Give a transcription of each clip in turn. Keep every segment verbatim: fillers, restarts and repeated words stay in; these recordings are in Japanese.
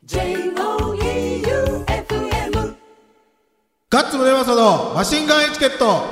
ジェイオーイーユーエフエムガッツムネマソのマシンガンエチケット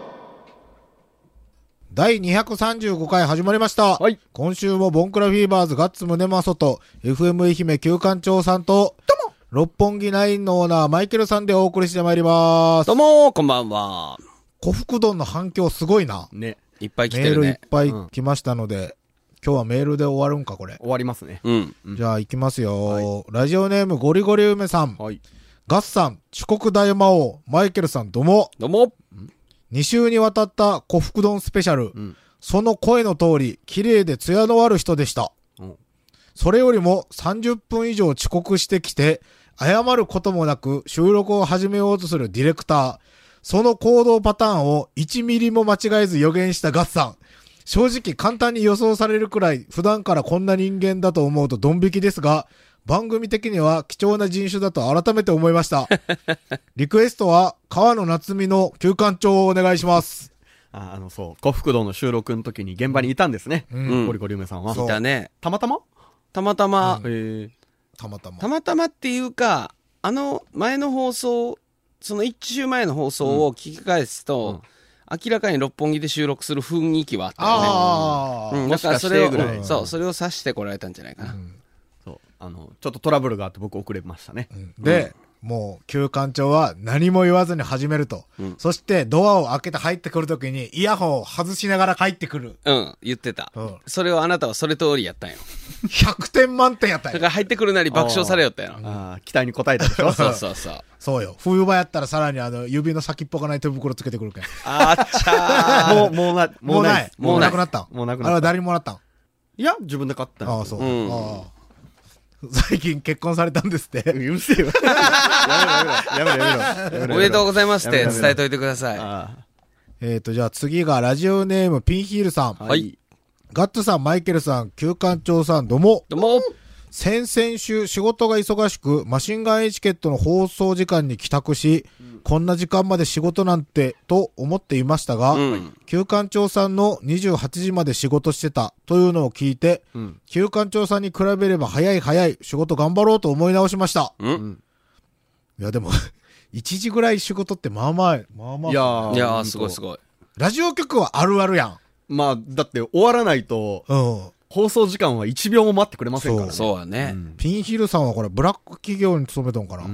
だいにひゃくさんじゅうごかい始まりました、 はい、 今週もボンクラフィーバーズガッツムネマソと エフエム 愛媛旧館長さんと六本木ナインのオーナーマイケルさんでお送りしてまいります。 どうもこんばんは。 小福丼の反響すごいなね、いっぱい来てるね。 メールいっぱい来ましたので、うん、今日はメールで終わるんかこれ。 終わりますね。 うん。じゃあ行きますよ、はい、ラジオネームゴリゴリ梅さん。はい。ガッさん、遅刻大魔王、マイケルさんどうも。 どうも。 に週にわたった小福丼スペシャル。うん、その声の通り、綺麗で艶のある人でした。うん、それよりもさんじゅっぷん以上遅刻してきて、謝ることもなく収録を始めようとするディレクター。その行動パターンをいちミリも間違えず予言したガッさん。正直簡単に予想されるくらい普段からこんな人間だと思うとドン引きですが、番組的には貴重な人種だと改めて思いました。リクエストは川野夏美の旧館長をお願いします。 あ、あのそう、小福堂の収録の時に現場にいたんですね。うん、ゴリゴリ梅さんは。 いたね。 たまたまたまたま、 うん、えー、たまたま。 たまたまっていうか、あの前の放送、その一週前の放送を聞き返すと、うんうん、明らかに六本木で収録する雰囲気はあったよね。 ああ、うん、 だからそれを、うん、そう、それを指してこられたんじゃないかな。うん、 そう、あの、ちょっとトラブルがあって僕遅れましたね。 うん、で、うん、もう、旧館長は何も言わずに始めると。うん、そして、ドアを開けて入ってくるときに、イヤホンを外しながら帰ってくる。 うん、言ってた。うん、それをあなたはそれ通りやったんよ。 ひゃくてん満点やったんよ。 だから入ってくるなり爆笑されよったよ。 ああ、期待に応えたでしょ。 そうそうそう。 そうよ。冬場やったらさらにあの、指の先っぽがない手袋つけてくるけん。 あっちゃー。もう、もうな、 もうない。もうなくなったん。 もうなくなった。 あれは誰にもらったん？ いや、自分で買ったん。 ああ、そう。うん、ああ。最近結婚されたんですって。 うるせえよ。やめろやめろ。やめろやめろ。 おめでとうございますって伝えといてください。あえっと、じゃあ次がラジオネームピンヒールさん。 はい。 ガッツさん、マイケルさん、旧館長さん、どうも。 どうも。 先々週仕事が忙しくマシンガンエチケットの放送時間に帰宅し、うん、こんな時間まで仕事なんてと思っていましたが、うん、旧館長さんのにじゅうはちじまで仕事してたというのを聞いて、うん、旧館長さんに比べれば早い早い仕事頑張ろうと思い直しました。うん、いやでもいちじぐらい仕事ってまあまあまあまあ、 いやー、いやーすごいすごい。 ラジオ局はあるあるやん。 まあだって終わらないと、うん放送時間はいちびょうも待ってくれませんからね。 そうやね、うん。 ピンヒルさんはこれブラック企業に勤めたんかな。 うん、うん、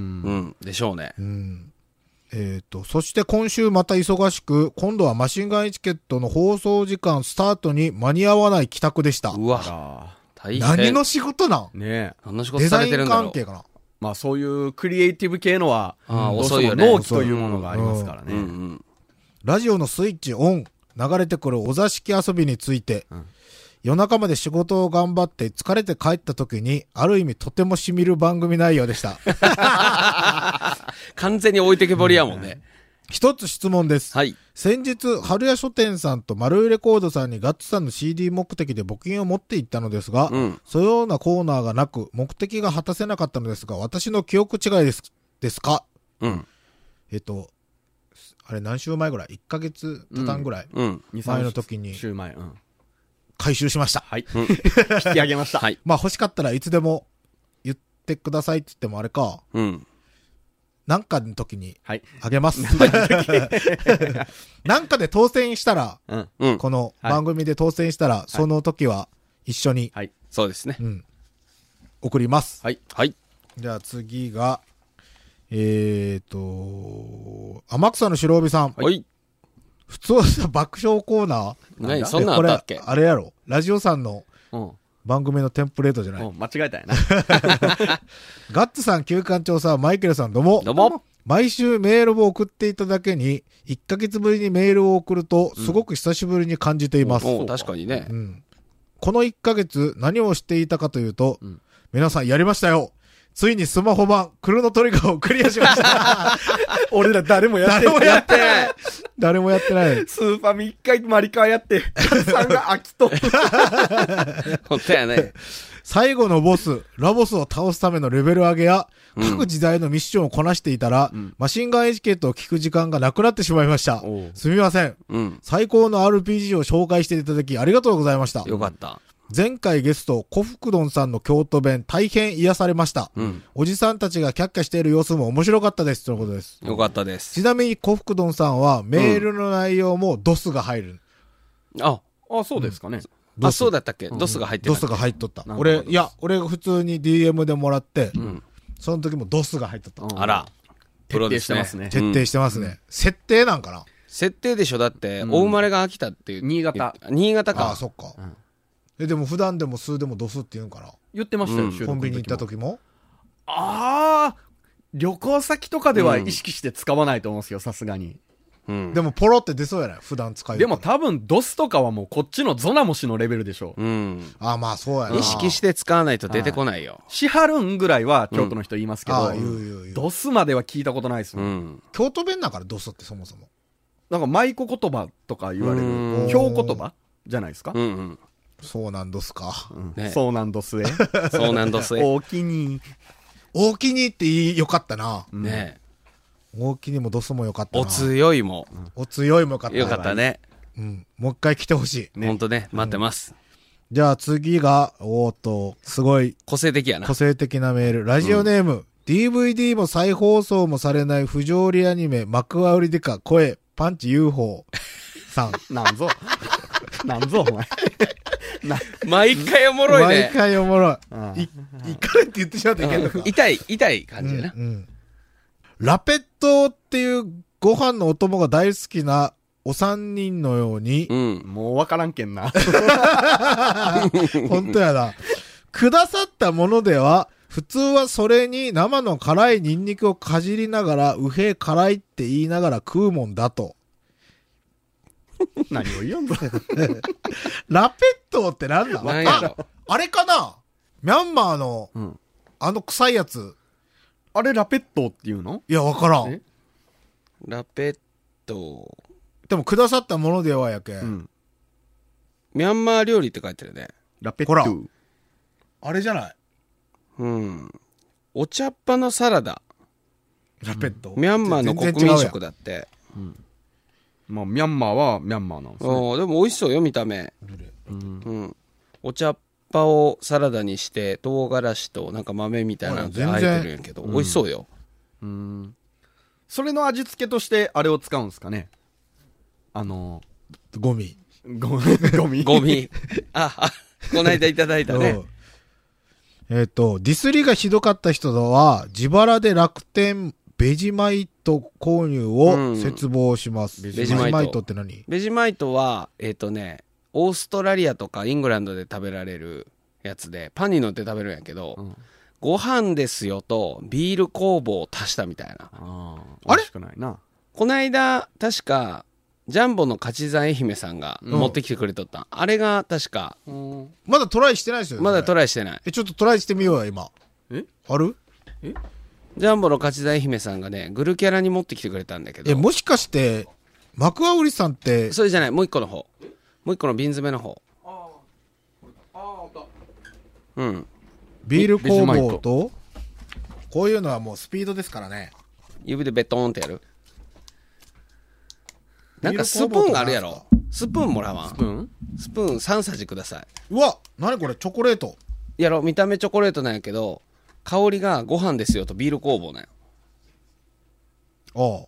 でしょうね。うん。 えっと、そして今週また忙しく、今度はマシンガンエチケットの放送時間スタートに間に合わない帰宅でした。 うわ、大変。 何の仕事なんねえ。何の仕事されてるんだろう。 デザイン関係かな。 まあそういうクリエイティブ系のは、 あ遅いよね。 納期というものがありますからね。 うんうん、 ラジオのスイッチオン、流れてくるお座敷遊びについて、うん夜中まで仕事を頑張って疲れて帰った時にある意味とても染みる番組内容でした。 完全に置いてけぼりやもんね。 一つ質問です。 はい。 先日、春屋書店さんと丸井レコードさんにガッツさんの シーディー 目的で募金を持って行ったのですが、うん、そのようなコーナーがなく目的が果たせなかったのですが、私の記憶違いです、ですか？うん。えっと、あれ何週前ぐらい ?いっ ヶ月たたんぐらい、うんうん、前の時に。 週前。うん回収しました。 はい。引き上げました。 はい。まあ欲しかったらいつでも言ってくださいって言ってもあれか。うん。なんかの時にあげます。はい、なんかで当選したら、うん、この番組で当選したら、はい、その時は一緒に、 はい。そうですね。うん。 送ります。 はい。はい。 じゃあ次が、えーと、天草の白帯さん。 はい。 普通はさ、爆笑コーナー何そんなんあったっけ？ これ、あれやろ。ラジオさんの番組のテンプレートじゃない。 うん、間違えたんやな。 ガッツさん、旧館長さん、マイケルさん、どうも。 どうも。 毎週メールを送っていただけに、いっかげつぶりにメールを送ると、すごく久しぶりに感じています。 うん、確かにね、うん。 このいっかげつ、何をしていたかというと、うん、皆さんやりましたよ。ついにスマホ版、クロノトリガーをクリアしました。 俺ら誰もやってない。 誰もやってない。誰もやってない。 スーパーミ一回マリカーやって、さんが飽きと。 本当やね。 最後のボス、ラボスを倒すためのレベル上げや、各時代のミッションをこなしていたら、うん、マシンガンエチケットを聞く時間がなくなってしまいました。すみません、うん。最高の アールピージー を紹介していただきありがとうございました。 よかった。 前回ゲスト、コフクドンさんの京都弁、大変癒されました。うん、おじさんたちがキャッキャしている様子も面白かったです。ということです。 よかったです。 ちなみに、コフクドンさんは、メールの内容もドスが入る。 うん、あ、あ、そうですかね。 うん、あ、そうだったっけ、うん、ドスが入ってた。 ドスが入っとった。俺、いや、俺が普通に ディーエム でもらって、うん、その時もドスが入っとった。 うん、あら。プロですね。 徹底してますね。 徹底してますね。うん、設定なんかな。 設定でしょ。だって、お生まれが秋田っていう。 新潟。 新潟か。 ああ、そっか。うん、え、でも普段でも数でもドスって言うんかな。 言ってましたよ、 うん、コンビニ行った時も。 ああ、旅行先とかでは意識して使わないと思うんですよ、さすがに。 うん、でもポロって出そうやない普段使う。 でも多分ドスとかはもうこっちのゾナモシのレベルでしょ。 うん。 ああ、まあそうやな。 意識して使わないと出てこないよ。 シハルンぐらいは京都の人言いますけど、 うん、あ言う言う言うドスまでは聞いたことないですもん。うん、 京都弁だからドスってそもそも。 なんか舞妓言葉とか言われる京言葉じゃないですか。うんうん、 そうなんどすか。 うんね、そうなんどすえ。 そうなんどすえ。 大きに。 大きにって言いよかったな。 ねえ。 大きにもドスもよかったな。 お強いも。 お強いもよかった。 よかったね。 うん。もう一回来てほしい。 ね、ほんとね、待ってます。 うん、じゃあ次が、おーっと、すごい。 個性的やな。 個性的なメール。ラジオネーム、うん、ディーブイディー も再放送もされない不条理アニメ、幕あおりでか、声、パンチ ユーフォー さん。 なんぞ。なんぞ、お前。 毎回おもろいね。 毎回おもろい。い、いかれって言ってしまったらいけんのか。 痛い、痛い感じやな。 うんうんラペットっていうご飯のお供が大好きなお三人のように。 うん。もうわからんけんな。 本当やな。くださったものでは、普通はそれに生の辛いニンニクをかじりながら、うへえ辛いって言いながら食うもんだと。 何を言うんだ。 ラペットってなんだ何やろあ、あれかなミャンマーの、うん、あの臭いやつ。 あれラペットっていうの？ いや、わからん。 ラペット。 でも、くださったものではやけ、うん。 ミャンマー料理って書いてるね。 ラペット。ほら。 あれじゃない？ うん。お茶っ葉のサラダ。 ラペット、 うん、ミャンマーの国民食だって。うん。 まあ、ミャンマーはミャンマーなんですね。 おでも美味しそうよ、見た目。うん。うん。お茶っ葉をサラダにして唐辛子となんか豆みたいなのであえてるんやけど、美味しそうよ。 うん。うんそれの味付けとしてあれを使うんですかね。あのゴミゴミゴミゴミああこないだいただいたね。 えっ、ー、とディスりがひどかった人とは自腹で楽天ベジマイト購入を切望します、うん、ベジマイトって何？ ベジマイトはえっ、ー、とねオーストラリアとかイングランドで食べられるやつでパンに乗って食べるんやけど、うん、ご飯ですよとビール酵母を足したみたいな。 ああれしくないな。 この間確かジャンボの勝ち算愛媛さんが持ってきてくれとった、うん、あれが確か、 うん、まだトライしてないですよね。 まだトライしてない。 えちょっとトライしてみようよ今。えある？ えジャンボの勝ち算愛媛さんがねグルキャラに持ってきてくれたんだけど。 えもしかしてマクアウリさんってそれじゃない、もう一個の方、もう一個の瓶詰めの方。あああった。うんビール工房とこういうのはもうスピードですからね。 指でベトーンってやる。なんかスプーンあるやろ。スプーンもらわん。 スプーンスプーンさんさじください。 うわ何これチョコレートやろ。見た目チョコレートなんやけど香りがご飯ですよとビール工房なんや。 ああ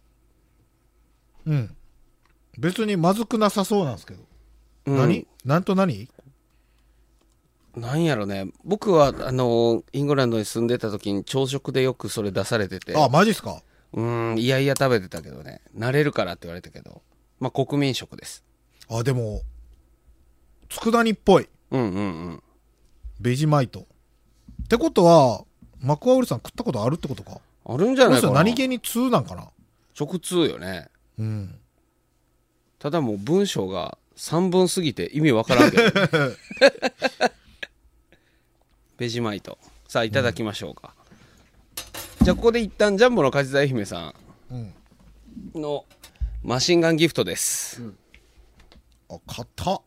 うん別にまずくなさそうなんですけど、うん、何なんと何なんやろね。僕はあのイングランドに住んでた時に朝食でよくそれ出されてて。 あマジっすか。 うーんいやいや食べてたけどね。慣れるからって言われたけどまあ国民食です。 あでも佃煮っぽい。 うんうんうんベジマイトってことはマクワウリさん食ったことあるってことか。 あるんじゃないかな。 何気に通なんかな。 食通よね。 うんただもう文章がさんぶん過ぎて意味わからんけどベジマイトさあいただきましょうか、うん、じゃあここで一旦ジャンボの勝ち算愛媛さんのマシンガンギフトです、うん、 あ買った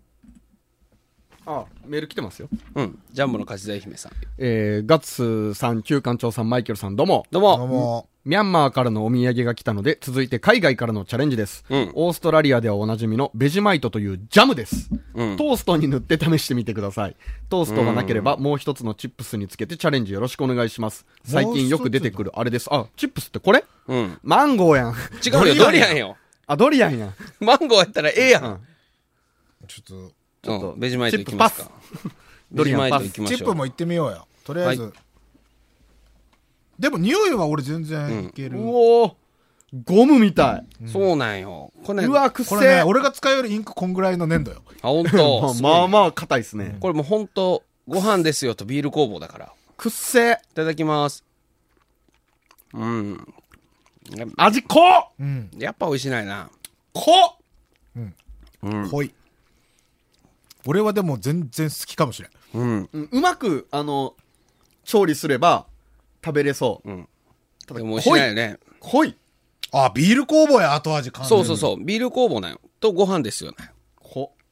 あメール来てますよ。 うんジャンボの勝ち算愛媛さん、 えー、ガッツさん旧館長さんマイケルさんどうもどうもどうもミャンマーからのお土産が来たので、続いて海外からのチャレンジです。 うんオーストラリアではおなじみのベジマイトというジャムです。 うんトーストに塗って試してみてください。トーストがなければもう一つのチップスにつけてチャレンジよろしくお願いします。最近よく出てくるあれです。あ、チップスってこれうん。 マンゴーやん。 違うよ、ドリアンよ。 あ、ドリアンやん。 マンゴーやったらええやん。 ちょっと、 ちょっとうんベジマイトいきますか。 ドリアンパスベジマイトいきましょう。 チップも行ってみようや。とりあえず。 はでも匂いは俺全然いける。 うおー、ゴムみたい。 そうなんよ。これね、 うわ、くっせこれね、 え。 俺が使うよりインクこんぐらいの粘土よ。 あ、ほんと。 まあまあ硬いっすね。 これもうほんと、ご飯ですよとビール工房だから。いくっせえ。 ただきます。うん。 味濃っうん。 やっぱ美味しないな。 濃っうん。 濃い。俺はでも全然好きかもしれん。 うん。 うんうまく、あの、調理すれば食べれそう。 うん。 ただでも美味しないよね。 濃い。 あ、ビール工房や、後味感じる。 そうそうそう。ビール工房なんよ。とご飯ですよね。 濃っ。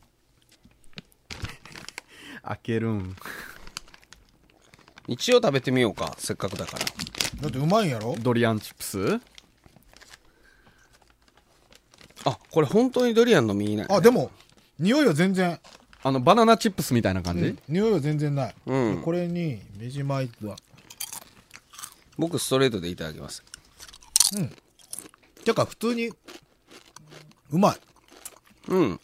開けるん。 一応食べてみようか。せっかくだから。 だってうまいんやろ。 ドリアンチップスあ、これ本当にドリアンの実なんやね。 あ、でも、匂いは全然、 あの、バナナチップスみたいな感じ、 うん匂いは全然ない。 うんこれに、ベジマイトは。 僕ストレートでいただきます。 てか、普通に、うまい。 うん。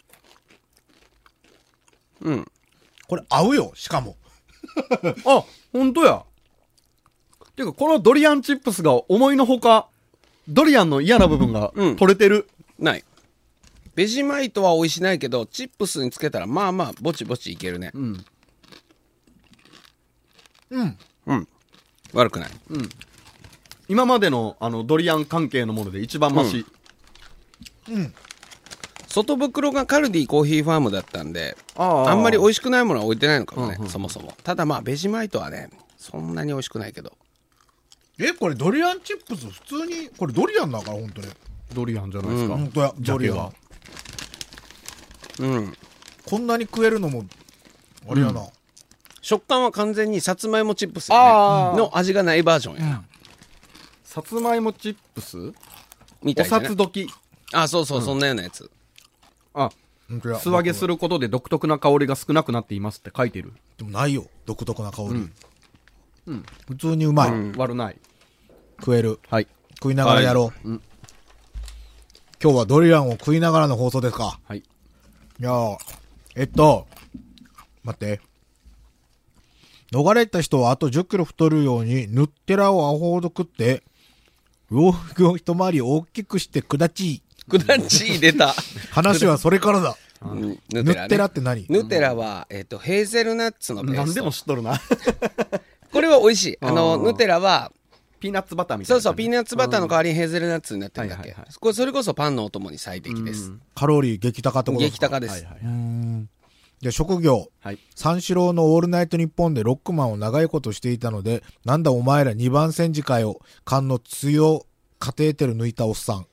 うん。 これ合うよ、しかも。 あ、ほんとや。てか、このドリアンチップスが思いのほか、ドリアンの嫌な部分がうん取れてる。 ない。ベジマイトは美味しないけど、チップスにつけたらまあまあ、ぼちぼちいけるね。 うん。 うん。 うん。悪くない。 今までの、あの、ドリアン関係のもので一番マシ。 うん。 外袋がカルディコーヒーファームだったんで、 ああんまり美い。 味しくないものは置いてないのかもね、 うんうんそもそも。ただまあ、ベジマイトはね、そんなに美味しくないけど。 え、これドリアンチップス普通に、これドリアンだから、ほんとに。 ドリアンじゃないですか。 ほんとや、ドリアン。 うん。 こんなに食えるのも、あれやな。 食感は完全にさつまいもチップスよあーねの味がないバージョンやな。 さつまいもチップスおみたいな、ね。 札時。 あ、そうそう、そんなようなやつ。 あ、 ほんとや素揚げすることで独特な香りが少なくなっていますって書いてる。 でもないよ、独特な香り。うん。普通にうまい。 うん悪ない。 食える。 はい。 食いながらやろう。 うん今日はドリアンを食いながらの放送ですか。 はい。 いやー、えっと、待って。逃れた人はあとじゅっキロ太るように、ヌッテラをアホほど食って、洋服を一回り大きくしてくだち。 クダチー出た。 話はそれからだ。 うんヌッヌテラ、ね。 テラって何？ ヌテラは、えっ、と、ヘーゼルナッツのペースト。 何でも知っとるな。 これは美味しい。あの、 あーヌテラは、 ピーナッツバターみたいな。 そうそう、ピーナッツバターの代わりにヘーゼルナッツになってるんだっけ。 はいはいはいこれそれこそパンのお供に最適です。 カロリー激高ってことですか？ 激高です。 はいはいうーん。で、職業。 はい。 三四郎のオールナイトニッポンでロックマンを長いことしていたので、なんだお前ら二番戦時かよ、缶の強カテーテル抜いたおっさん。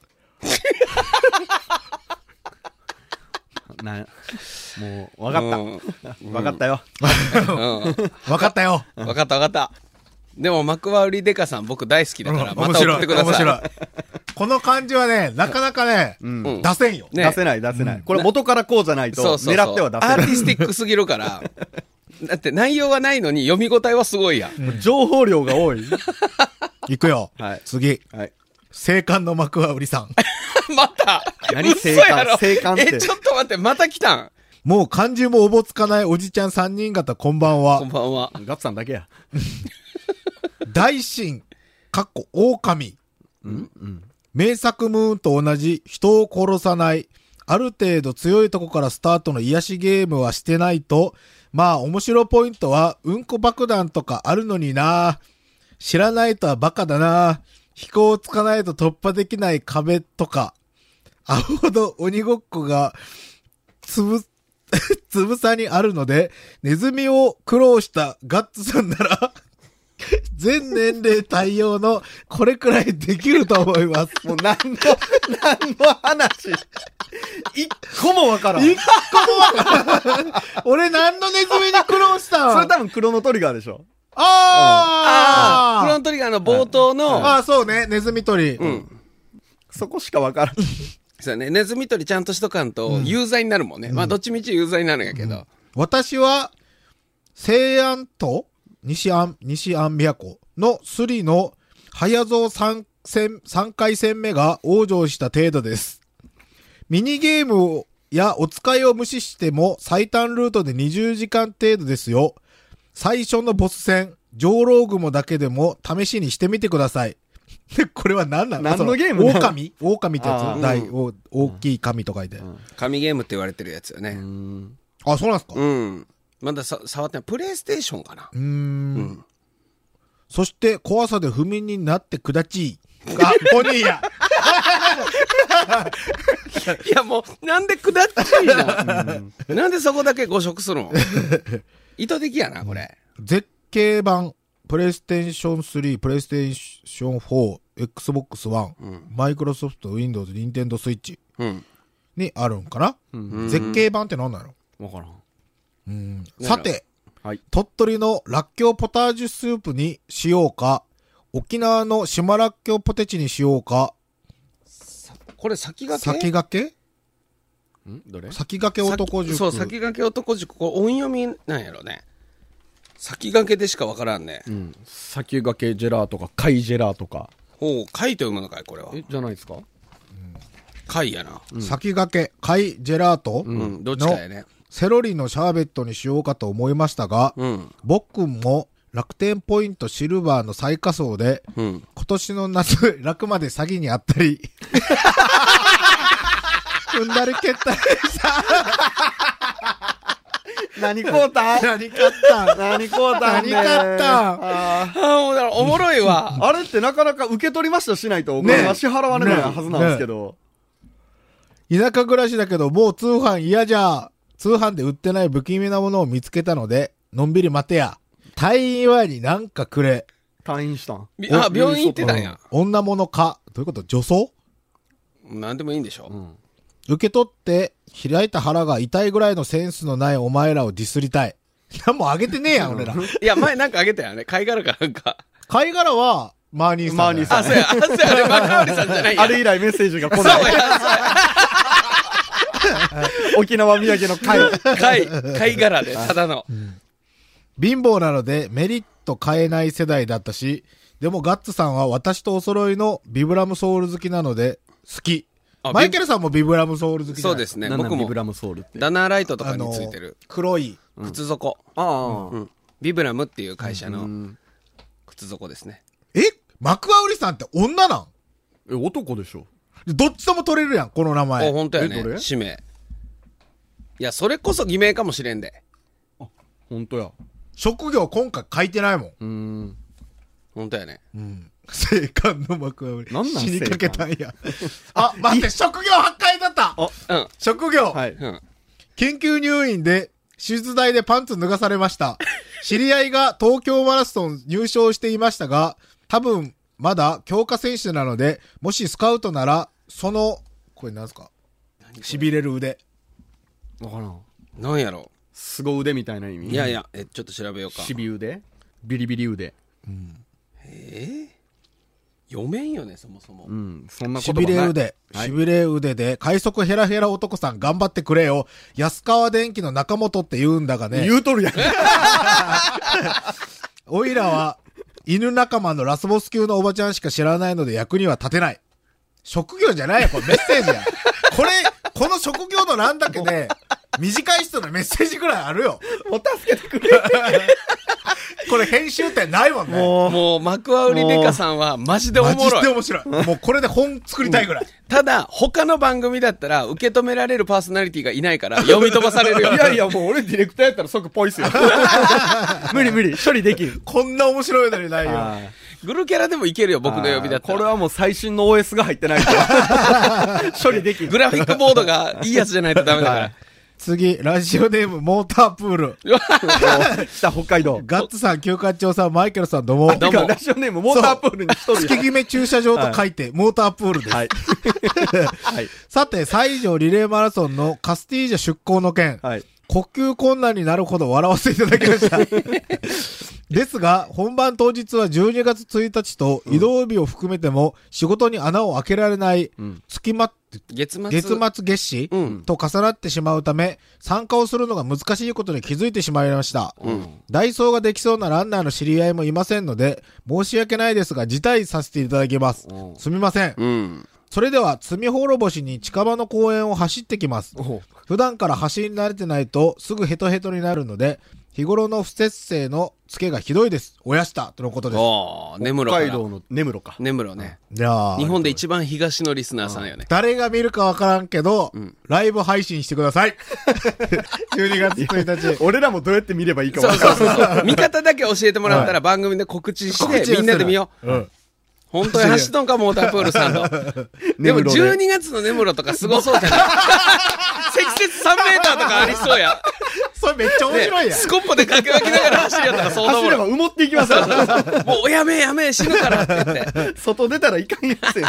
な、もう、わかった。 うんわかったよ。 うん。 わかったよ。 わかったわかった。でも、マクワウリデカさん僕大好きだから、 うんまた送ってください。 面白い。この感じはね、なかなかね、 うん。 出せんよ。 ね出せない出せない。これ元からこうじゃないと、 そうそうそう狙っては出せないアーティ。スティックすぎるから。だって内容はないのに読み応えはすごいやん。 情報量が多い。 いくよ。 はい次。 はい。 青函の幕は売りさん。 また何嘘やろ青函青函ってえ、ちょっと待って、また来たんもう漢字もおぼつかないおじちゃん三人方こんばんはこん。ばんは。 ガッツさんだけや。 大神、かっこ狼。 うんうん。 名作ムーンと同じ人を殺さない。ある程度強いとこからスタートの癒しゲームはしてないと、まあ面白ポイントはうんこ爆弾とかあるのにな。知らないとはバカだな。飛行つかないと突破できない壁とか。あほど鬼ごっこがつぶ、つぶさにあるので、ネズミを苦労したガッツさんなら、全年齢対応のこれくらいできると思います。 もう何の、何の話。一個もわからん。 一個もわからん。俺何のネズミに苦労したんそれ多分クロノトリガーでしょ。 あーあー、クロロントリガーの冒頭の、 ああ、そうね、ネズミ捕り。 うん。 そこしかわからん。 そうね、ネズミ捕りちゃんとしとかんと、有罪になるもんね。まあ、どっちみち有罪になるんやけど。 私は、西安と西安、西安都のスリの早蔵三戦、三回戦目が往生した程度です。ミニゲームやお使いを無視しても最短ルートでにじゅうじかん程度ですよ。最初のボス戦、上ローグモだけでも試しにしてみてください。で、これは何なの？ 何のゲームなの？ 狼狼ってやあーつ大、お大きい紙と書いて。 神ゲームって言われてるやつよね。 あ、そうなんですか？ うん。まださ触ってない。プレイステーションかな。 うーん。そして、怖さで不眠になってくだち。あ、ポニーや。 いやもう、なんでくだっちいな。なんでそこだけ誤植するの？意図的やな、これ。 絶景版、プレイステーションスリー、プレイステーションフォー、Xbox One、マイクロソフト、Windows、ニンテンドースイッチうん。 にあるんかな？絶景版って何なの？ わからん。 うんさて、 はい。 鳥取のらっきょうポタージュスープにしようか、沖縄の島らっきょうポテチにしようか、 これ先駆け先駆けんどれ？ 先駆け男塾。 そう、先駆け男塾。これ音読みなんやろね。先駆けでしかわからんね。 うん。先駆けジェラートか、貝ジェラートか。 ほう、貝と読むのかい、これは。 え、じゃないですか？ 貝やな。 先駆け、貝ジェラートうん、どっちかやね。 セロリのシャーベットにしようかと思いましたが、 うん。 僕も楽天ポイントシルバーの最下層で、 うん。 今年の夏、楽まで詐欺にあったり、踏んだり蹴ったりさ、 何こうたん？ 何買ったん何こうたんね何買ったんあーああ、もうだからおもろいわ。 あれってなかなか受け取りましたしないと、おね金は支払われないはずなんですけど。 田舎暮らしだけど、もう通販嫌じゃ。通販で売ってない不気味なものを見つけたので、のんびり待てや。退院祝いになんかくれ。 退院したん？ びあ、病院行ってたんや。 女物か。どういうこと？女装？ なんでもいいんでしょ。 うん。 受け取って、開いた腹が痛いぐらいのセンスのないお前らをディスりたい。何もあげてねえやん、俺ら。 いや、前なんかあげたよね。貝殻かなんか。 貝殻は、マーニーさんだよ。 マーニーさんあ、そうや、あ、そうや、あれ、マカオリさんじゃないや。 あれ以来メッセージが来ない。沖縄土産の貝。 貝、貝殻で、ただの。 貧乏なのでメリット買えない世代だったし、でもガッツさんは私とお揃いのビブラムソウル好きなので、好き。 あマイケルさんもビブラムソウル好きじゃないそうですね。 なんなん僕もビブラムソウルって。 ダナーライトとかについてる黒い。 靴底。 ああ、 うん。ビブラムっていう会社のうん靴底ですね。 えマクワウリさんって女なん？ え、男でしょ？ どっちとも取れるやん、この名あ、 前。 本当やねえどれ。 氏名。いや、それこそ偽名かもしれんで。 ほんとや。 職業今回書いてないもん。 うーん。 本当やね。 うん。生還のマクワウリ。 なんなん死にかけたんや。あ、待って、職業発回だったうん。 職業、 はい。 うん。 緊急入院で、手術台でパンツ脱がされました。知り合いが東京マラソン入賞していましたが、多分、まだ強化選手なので、もしスカウトなら、その、これなんすか？痺れる腕。 わからん。 なんやろ。 凄腕みたいな意味。 いやいや、え、ちょっと調べようか。 しび腕ビリビリ腕。 えー、読めんよね、そもそも。 うん。そんなことない。 痺れ腕。 はい痺れ腕で、快速ヘラヘラ男さん頑張ってくれよ。安川電機の中本って言うんだがね。 言うとるやん。 おいらは、犬仲間のラスボス級のおばちゃんしか知らないので役には立てない。職業じゃないよ、これメッセージや。これ、この職業の欄だけで、短い人のメッセージぐらいあるよ。 お助けてくれ。 これ編集点ないもんね。 もう、 もう、マクワウリデカさんはマジでおマジもろい。 で面白い。もうこれで本作りたいぐらい。 ただ、他の番組だったら、受け止められるパーソナリティがいないから、読み飛ばされるよ。 いやいや、もう俺ディレクターやったら即ポイっすよ。無理無理、処理できん。 こんな面白いのにないよ。 グルキャラでもいけるよ、僕の呼びだったら。 これはもう最新の オーエス が入ってないから。処理できん。 グラフィックボードがいいやつじゃないとダメだから。 次、ラジオネーム、モータープール。 北北海道。 ガッツさん、休暇長さん、マイケルさん、どうも。 どうもラジオネームモータープールにしとるやん。 月決め駐車場と書いて、モータープールです。 はい。はい。 さて、西条リレーマラソンのカスティージャ出港の件。 はい。 呼吸困難になるほど笑わせていただきました。ですが、本番当日はじゅうにがつついたちと移動日を含めても仕事に穴を開けられない月末、 月末。 月末月始、 うん。 と重なってしまうため、参加をするのが難しいことに気づいてしまいました。 うん。 ダイソーができそうなランナーの知り合いもいませんので、申し訳ないですが辞退させていただきます。すみません。 うん。 それでは、罪滅ぼしに近場の公園を走ってきます。普段から走り慣れてないとすぐヘトヘトになるので、日頃の不節制のつけがひどいです。おやしたとのことです。 ああ、根室から。 北海道の根室か。 根室ね。 いやー日本で一番東のリスナーさんよね。 誰が見るかわからんけど、 んライブ配信してください。じゅうにがつついたち。 俺らもどうやって見ればいいかそう分かそうらない。 そうそう。見方だけ教えてもらったら番組で告知して、 告知するみんなで見よう。 うん。 本当に走っとんか、モータープールさんと。でも根室じゅうにがつの根室とかすごそうじゃない積雪さんメーターとかありそうや。 それめっちゃ面白いね、 やん。 スコップでかき分けながら走りやったら相当走おもろい。 れば埋もっていきますよ。 もうやめえやめえ死ぬからって言って。 外出たらいかんやつよ。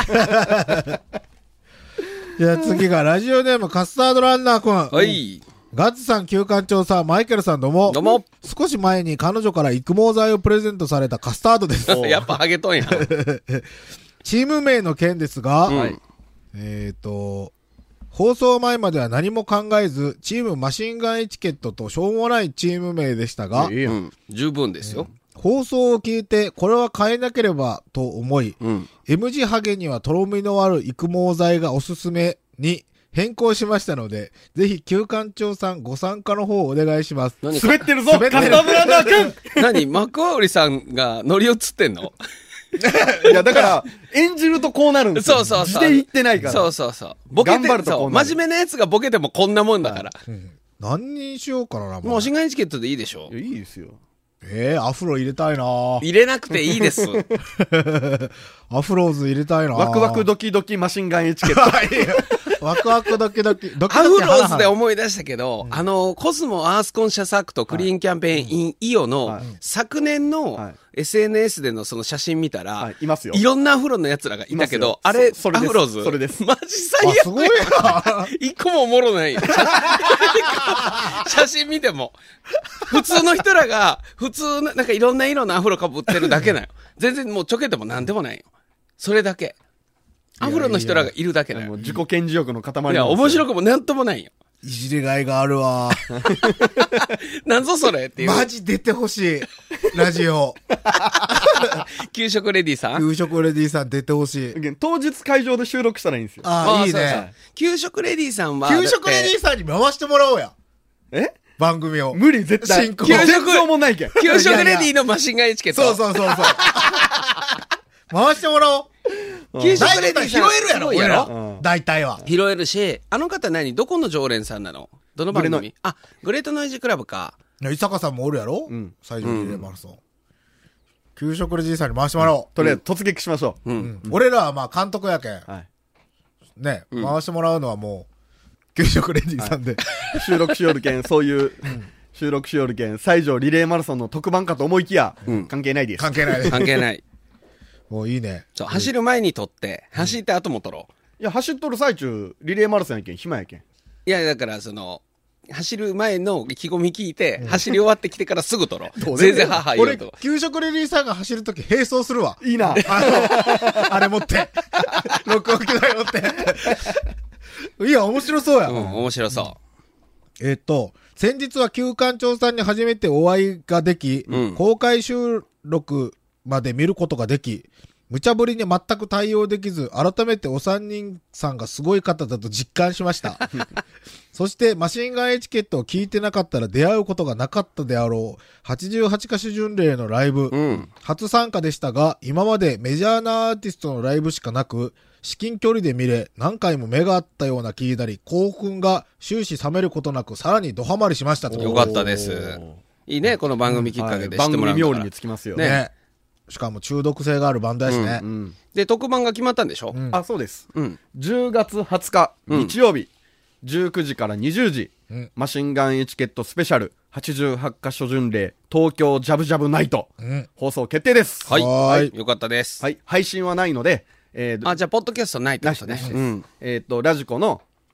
じゃあ次がラジオネームカスタードランナーくん。 はい。 ガッツさん、旧館長さん、マイケルさんどうも。 どうも。 少し前に彼女から育毛剤をプレゼントされたカスタードです。 やっぱハゲとんや。 チーム名の件ですが、 うんえっ、と、放送前までは何も考えず、チームマシンガンエチケットとしょうもないチーム名でしたが、 ええや。 うんん。十分ですよ。 放送を聞いて、これは変えなければと思い、 うん。 M 字ハゲにはとろみのある育毛剤がおすすめに変更しましたので、ぜひ旧館長さんご参加の方をお願いします。 何滑ってるぞ滑ってるカスタードランナー君何マクワウリさんが乗り移ってんのいや、だから、演じるとこうなるんですよ。 そうそうそう。 字で言ってないから。 そうそうそう。ボケて頑張るとこそううなる真面目なやつがボケてもこんなもんだから。 何にしようかな、 もうシンガンエチケットでいいでしょいや、いいですよ。 えー、アフロ入れたいな入れなくていいです。 アフローズ入れたいなワクワクドキドキマシンガンエチケット。 ワクワクドキドキ、ドキアフロドキハラハラーズで思い出したけど、あの、コスモアースコンシャスアクトクリーンキャンペーン in イオのはい昨年はのいエスエヌエス でのその写真見たらはい、いますよ。 いろんなアフロの奴らがいたけどいますよ、 あれ、 そそれですアフローズそれですマジ最あ、すごい悪。 な一個もおもろないよ。写真見ても。普通の人らが、普通の、なんかいろんな色のアフロかぶってるだけなよ。全然もうちょけてもなんでもないよ。それだけ。アフロの人らがいるだけだよ。 もう自己顕示欲の塊なんいや、 ですよ。 面白くもなんともないよ。 いじりがいがあるわ。 なんぞそれっていう。 マジ出てほしい。ラジオ。 給食レディさん給食レディさん出てほしい。 当日会場で収録したらいいんですよ。 ああ、いいそうそうね。 給食レディさんは。 給食レディさんに回してもらおうや。 え番組を。 無理、絶対。 進行全然もないけん。 給食レディのマシンガンエチケット。 そうそうそうそう。回してもらおう。 給食大体拾レディさん。 えるやろ、 すごい俺らうん。 大体は。 拾えるし、あの方何どこの常連さんなのどの番グレノ組あ、グレートノイジークラブか。 伊坂さんもおるやろうん最上リレーマラソン。給食レディさんに回してもらおとりあえず突撃しましょう。 う。うんん。俺らはまあ監督やけん。 う。はい。 ね、回してもらうのはもう、給食レディさんで。 収録しよるけん、そういう、収録しよるけん、西条リレーマラソンの特番かと思いきや、関係ないです。 関係ないで。 関係ない。 もういいね。 そう、走る前に撮って、走った後も撮ろう。 いや、走っとる最中、リレーマラソンやけん、暇やけん。 いや、だから、その、走る前の意気込み聞いて、走り終わってきてからすぐ撮ろう。 どうで全然母言う俺と。、 給食レディさんが走るとき並走するわ。 いいな。 あの、あれ持って。録音機材持って。いや、面白そうや。 うん、面白そえっと、先日は旧館長さんに初めてお会いができ、 うん公開収録まで見ることができ、無茶ぶりに全く対応できず、改めてお三人さんがすごい方だと実感しました。そして、マシンガンエチケットを聞いてなかったら出会うことがなかったであろう、はちじゅうはちかしょ巡礼のライブ、 う。うん。 初参加でしたが、今までメジャーなアーティストのライブしかなく、至近距離で見れ、何回も目が合ったような気になり、興奮が終始冷めることなく、さらにドハマりしましたと。 よかったです。いいね、この番組きっかけで知番ってもらうんだから組冥利につきますよ。 ねね。しかも中毒性があるバンドやしね。 うん。 で、特番が決まったんでしょうんあ、そうです。 うん。 じゅうがつはつか、 うん日曜日、じゅうくじからにじゅうじ、 うんマシンガンエチケットスペシャル、はちじゅうはちかしょ巡礼、東京ジャブジャブナイト、 うん。 放送決定です。 はい。 はーいよかったです。 はい。配信はないので、えーあ、じゃあ、ポッドキャストないってことねなし。ですうん。 えっ、と、ラジコの、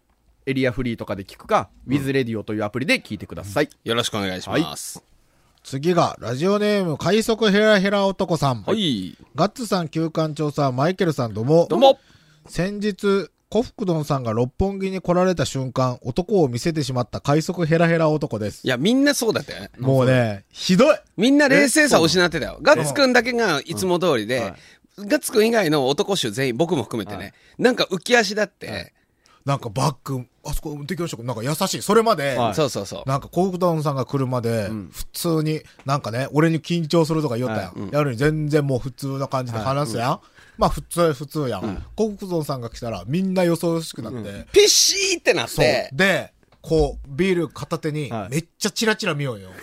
エリアフリーとかで聞くか、ウィズレディオというアプリで聞いてください。 よろしくお願いします。 次が、ラジオネーム、快速ヘラヘラ男さん。 はい。 ガッツさん、旧館長さん、マイケルさん、どうも。 どうも。 先日、コフクドンさんが六本木に来られた瞬間、男を見せてしまった快速ヘラヘラ男ですい。や、みんなそうだったよね。 もうね、ひどい。 みんな冷静さを失ってたよ。ガッツくんだけがいつも通りで、ガッツくん以外の男衆全員、僕も含めてね、なんか浮き足だって、 なんかバック、あそこ運転教職、なんか優しい。それまで、 はいそうそうそう。 なんかコフクドンさんが来るまで、普通に、なんかね、俺に緊張するとか言ったやん。やるに全然もう普通な感じで話すやん。まあ普通、普通やん。コフクドンさんが来たらみんなよそよしくなって、 ピッシーってなっそうて。、 で、こう、ビール片手にはい、 めっちゃチラチラ見ようよ。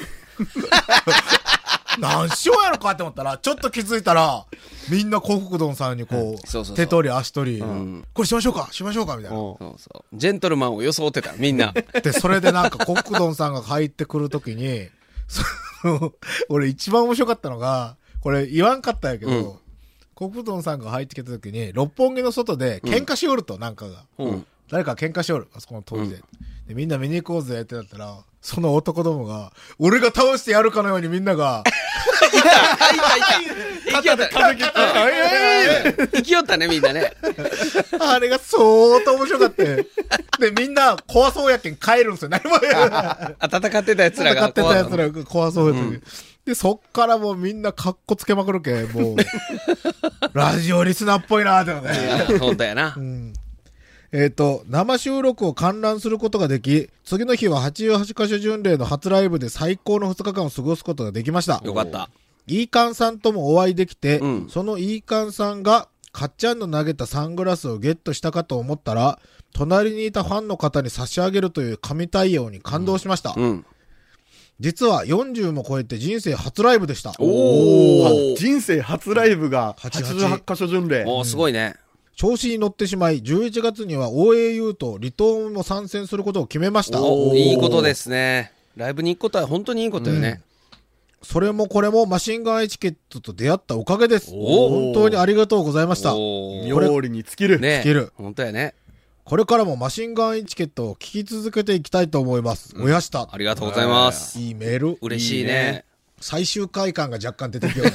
何しようやろかって思ったら、ちょっと気づいたら、みんな幸福丼さんにこう、 そうそうそう手取り足取り、 んこれしましょうかしましょうかみたいな。 うんそうそう。ジェントルマンを装ってた、みんな。 で、それでなんか幸福丼さんが入ってくるときに、その、俺一番面白かったのが、これ言わんかったんやけど、 うん幸福丼さんが入ってきたときに、六本木の外で喧嘩しおると、なんかが。 うん。 誰か喧嘩しおる、あそこの通りで。で、みんな見に行こうぜってなったら、その男どもが、俺が倒してやるかのようにみんなが、 いた、いた。生きよった。生きよったね、みんなね。 あれが相当面白かった。で、みんな怖そうやけん帰るんですよ。何も言わない。 あ戦ってた奴らが。 戦ってた奴らが怖そうやったけど、で、そっからもうみんなカッコつけまくるけん、もう、ラジオリスナーっぽいなーってのいね。 や、本当やな。 えっと、生収録を観覧することができ、次の日ははちじゅうはちカ所巡礼の初ライブで最高のふつかかんを過ごすことができました。 よかった。 イーカンさんともお会いできて、 うんそのイーカンさんが、かっちゃんの投げたサングラスをゲットしたかと思ったら、隣にいたファンの方に差し上げるという神対応に感動しました。 うん。 実はよんじゅうも超えて人生初ライブでした。 おー。 人生初ライブがはちじゅうはちはちじゅうはちカ所巡礼。 おー、すごいね。 調子に乗ってしまい、じゅういちがつには オーエーユー と離島も参戦することを決めました。 おー、いいことですね。ライブに行くことは本当にいいことよね。 それもこれもマシンガンエチケットと出会ったおかげです。 お本当にありがとうございました。 おー。 妙利に尽きる。 ね。 尽きる本当やね。 これからもマシンガンエチケットを聞き続けていきたいと思います。おやした。 ありがとうございます。 いいメール。 嬉しいいいねね。 最終回感が若干出てきようね。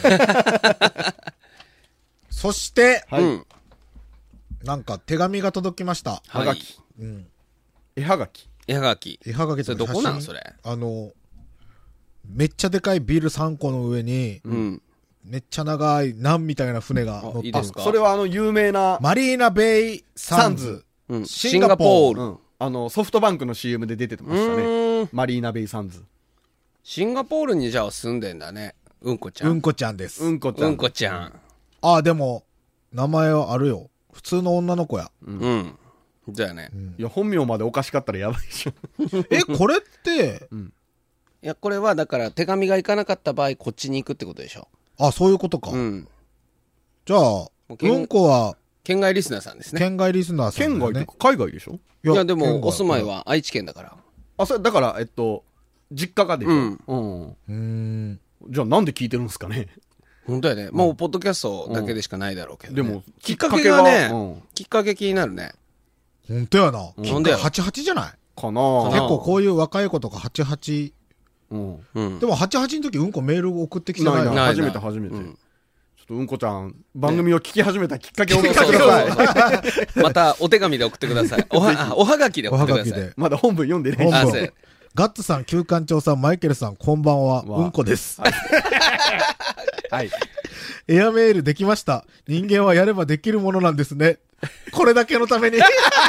そして、 はい。 うん。 なんか手紙が届きました。 はい。 はがき。 うん。 絵はがき。 絵はがき。 絵はがきそれどとか写真こなんそれ。 あの、めっちゃでかいビルさんこの上に、 うん。 めっちゃ長いナンみたいな船が乗ってるあいいですかそれはあの有名な、 マリーナベイサンズ。 うん。 シシンンガポールガポール。 うん。あの、ソフトバンクの シーエム で出てまうしたね。 ーん。 マリーナベイサンズ。 シンガポールにじゃあ住んでんだね。うんこちゃん。 うんこちゃんです。 うんこちゃん。 うんこちゃん。 あ、でも、名前はあるよ。普通の女の子や。 うん。じゃあね。 いや、本名までおかしかったらやばいでしょ。 え、これって、 いや、これはだから手紙が行かなかった場合、こっちに行くってことでしょ。 あ、そういうことか。 うん。 じゃあ、 ううんこは、 県外リスナーさんですね。 県外リスナーさんだよね。 県外って海外でしょいいや、でも、 県外お住まいは愛知県だから。 あ、それ、だから、えっと、実家がでしょうんうん。 うーん。 じゃあなんで聞いてるんですかね。 本当やね。もう、ポッドキャストだけでしかないだろうけどね。 でも、 きっかけがね、 うんきっかけ気になるね。 ほんとやな。 ほんとやはちはちじゃないかなかな結構こういう若い子とかはちはち。 うん。 うんで。もはちはちの時うんこメール送ってきてないないのない初めて初めて。 うんちょっとうんこちゃん、番組を聞き始めたきっかけを教えてそうくだそうさい。 そうまた、お手紙で送ってください。おは、あおはがきでお送ってください。 はがきで。 まだ本文読んでないし。 本文あそうやガッツさん、旧館長さん、マイケルさん、こんばんは。 わうんこです。 はい。 エアメールできました。人間はやればできるものなんですね。これだけのために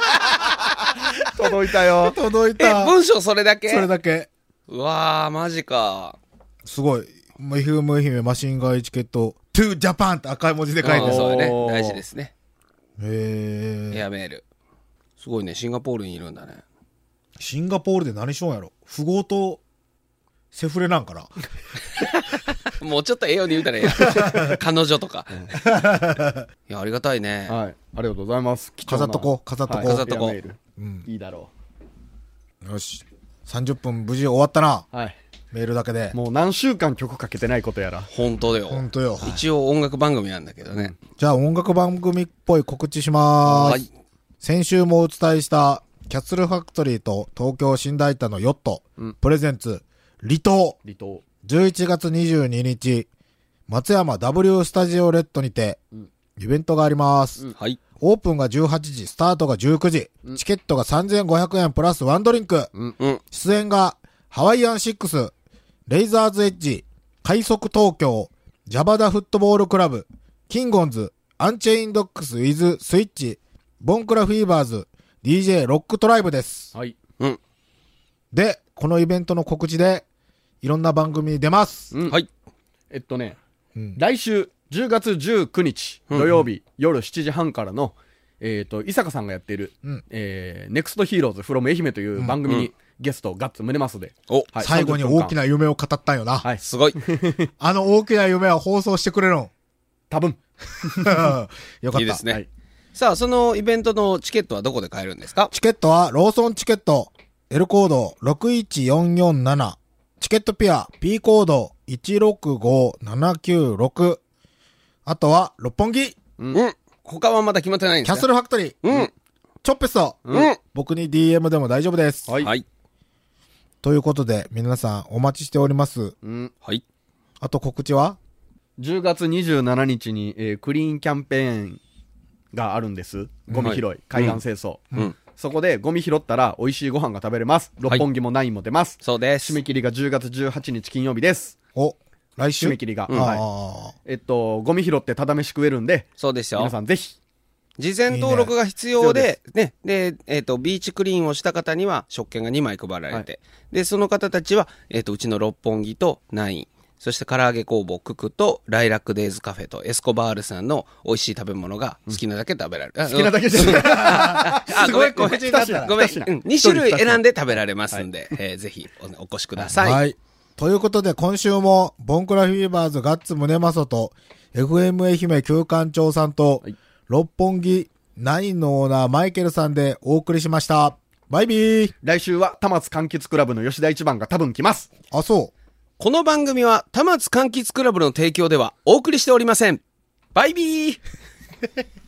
届いたよ。 え、 届いた。 文章それだけそれだけ。 うわー、マジか。 すごい。ま、ひふむひめマシンガンエチケット、トゥージャパンって赤い文字で書いてる。 うんそうだね。 おー大事ですね。 へー。 エアメール。すごいね、シンガポールにいるんだね。 シンガポールで何しようんやろ。富豪とセフレなんかな。 もうちょっとええように言うたらええやん。彼女とか。いや、ありがたいね。 はい。ありがとうございます。貴重な飾っとこう飾っとこうはい飾っとこうエアメールうん。 いいだろよし。さんじゅっぷん無事終わったな。 う。はい。 メールだけで。 もう何週間曲かけてないことやら。 本当だよ。 ほんとよ。 一応音楽番組なんだけどね。 じゃあ音楽番組っぽい告知しまーす。 はい。 先週もお伝えしたキャッスルファクトリーと東京新大田のヨット、 うんプレゼンツ、離島、 離島。 じゅういちがつにじゅうににち、松山 W スタジオレッドにて、イベントがあります。 はい。 オープンがじゅうはちじ、スタートがじゅうくじ、チケットがさんぜんごひゃくえんプラスワンドリンク。 うん。 出演が、ハワイアンシックス、レイザーズエッジ、快速東京、ジャバダフットボールクラブ、キンゴンズ、アンチェインドックスウィズスイッチ、ボンクラフィーバーズ、ディージェー ロックトライブです。 はい。 うん。 で、このイベントの告知で、いろんな番組に出ます。 うん。 はい。 えっとね、 うん来週じゅうがつじゅうくにち土曜日、夜しちじはんからの、えっ、と、伊坂さんがやっている、 うんえー、ネクストヒーローズフロム愛媛という番組に、ゲストガッツムネマスで、 お、 はい最後に大きな夢を語ったんよな。 はい。 すごい。 あの大きな夢は放送してくれるん。 多分。 よかった。 いいですね。 はい。 さあ、そのイベントのチケットはどこで買えるんですか？ チケットはローソンチケット L コードろくいちよんよんなな、チケットピア P コードいちろくごななきゅうろく、あとは六本木、 うん。他はまだ決まってないんですか？ キャッスルファクトリー、 うん。 チョッペスト、 うん。 僕に ディーエム でも大丈夫です。 はいはい。 ということで皆さんお待ちしております。 うん。 はい。 あと告知はじゅうがつにじゅうしちにちに、えークリーンキャンペーンがあるんです。ゴミ拾い、 はい海岸清掃、 うん。 そこでゴミ拾ったら美味しいご飯が食べれます。六本木もナインも出ます。 そうです。 締め切りがじゅうがつじゅうはちにち金曜日です。 お、来週締め切りが。 あはい。 あ、 えっと、ゴミ拾ってただ飯食えるんで、 そうですよ。 皆さんぜひ。 事前登録が必要で、 いいね、で、えっ、と、ビーチクリーンをした方には食券がにまい配られて、で、その方たちは、えっ、と、うちの六本木とナイン、そして唐揚げ工房ククとライラックデイズカフェとエスコバールさんの美味しい食べ物が好きなだけ食べられる。 好きなだけじゃない。 あ、ごめん、ごめん、 告知になったらごめん、 二品うん、に種類選んで食べられますんで、えーぜひおお越しください。 はい。ということで、今週も、ボンクラフィーバーズガッツムネマソと、エフエム 愛媛旧館長さんと、 はい六本木ナインのオーナーマイケルさんでお送りしました。バイビー。 来週は、田松柑橘クラブの吉田一番が多分来ます。 あ、そう。 この番組は、田松柑橘クラブの提供ではお送りしておりません。バイビー